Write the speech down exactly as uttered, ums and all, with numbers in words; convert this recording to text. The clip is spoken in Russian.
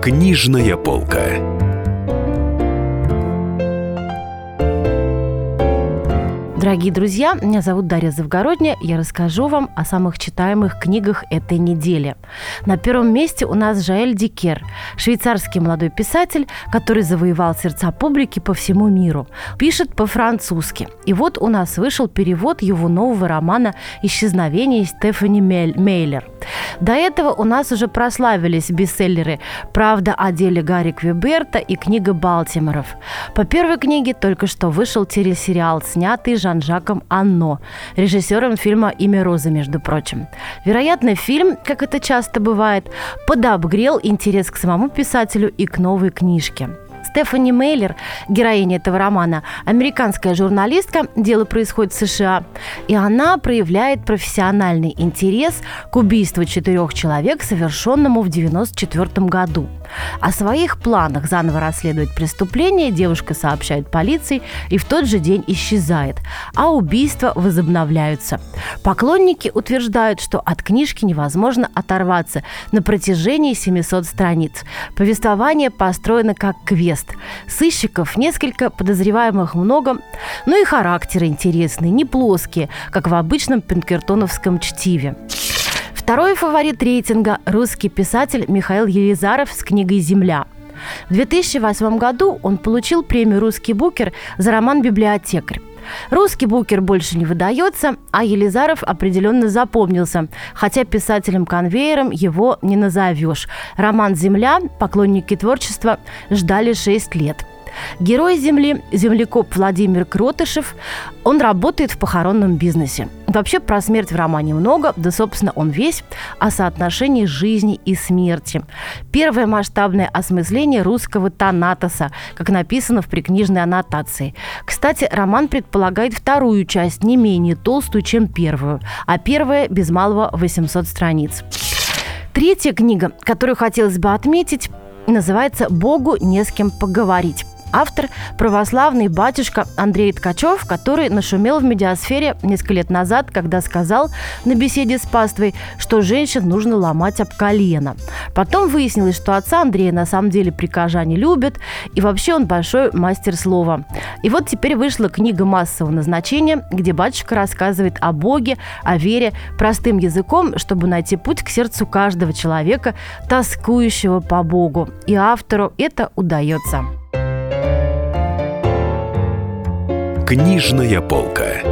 Книжная полка. Дорогие друзья, меня зовут Дарья Завгородняя. Я расскажу вам о самых читаемых книгах этой недели. На первом месте у нас Жоэль Дикер, швейцарский молодой писатель, который завоевал сердца публики по всему миру. Пишет по-французски. И вот у нас вышел перевод его нового романа «Исчезновение» Стефани Мейлер. До этого у нас уже прославились бестселлеры «Правда о деле Гарри Квеберта» и «Книга Балтиморов». По первой книге только что вышел телесериал, снятый Жан-Жаком Анно, режиссером фильма «Имя Розы», между прочим. Вероятно, фильм, как это часто бывает, подогрел интерес к самому писателю и к новой книжке. Стефани Мейлер, героиня этого романа, американская журналистка, дело происходит в США, и она проявляет профессиональный интерес к убийству четырех человек, совершенному в девяносто четвёртом году. О своих планах заново расследовать преступление девушка сообщает полиции и в тот же день исчезает, а убийства возобновляются. Поклонники утверждают, что от книжки невозможно оторваться на протяжении семисот страниц. Повествование построено как квест. Сыщиков несколько, подозреваемых много, но и характеры интересные, не плоские, как в обычном пинкертоновском чтиве. Второй фаворит рейтинга – русский писатель Михаил Елизаров с книгой «Земля». В две тысячи восьмом году он получил премию «Русский букер» за роман «Библиотекарь». «Русский букер» больше не выдается, а Елизаров определенно запомнился, хотя писателем-конвейером его не назовешь. Роман «Земля» поклонники творчества ждали шесть лет. Герой «Земли» – землекоп Владимир Кротышев. Он работает в похоронном бизнесе. Вообще про смерть в романе много, да, собственно, он весь о соотношении жизни и смерти. Первое масштабное осмысление русского Танатоса, как написано в прикнижной аннотации. Кстати, роман предполагает вторую часть, не менее толстую, чем первую, а первая без малого восемьсот страниц. Третья книга, которую хотелось бы отметить, называется «Богу не с кем поговорить». Автор – православный батюшка Андрей Ткачев, который нашумел в медиасфере несколько лет назад, когда сказал на беседе с паствой, что женщин нужно ломать об колено. Потом выяснилось, что отца Андрея на самом деле прихожане любят, и вообще он большой мастер слова. И вот теперь вышла книга массового назначения, где батюшка рассказывает о Боге, о вере простым языком, чтобы найти путь к сердцу каждого человека, тоскующего по Богу. И автору это удается. Книжная полка.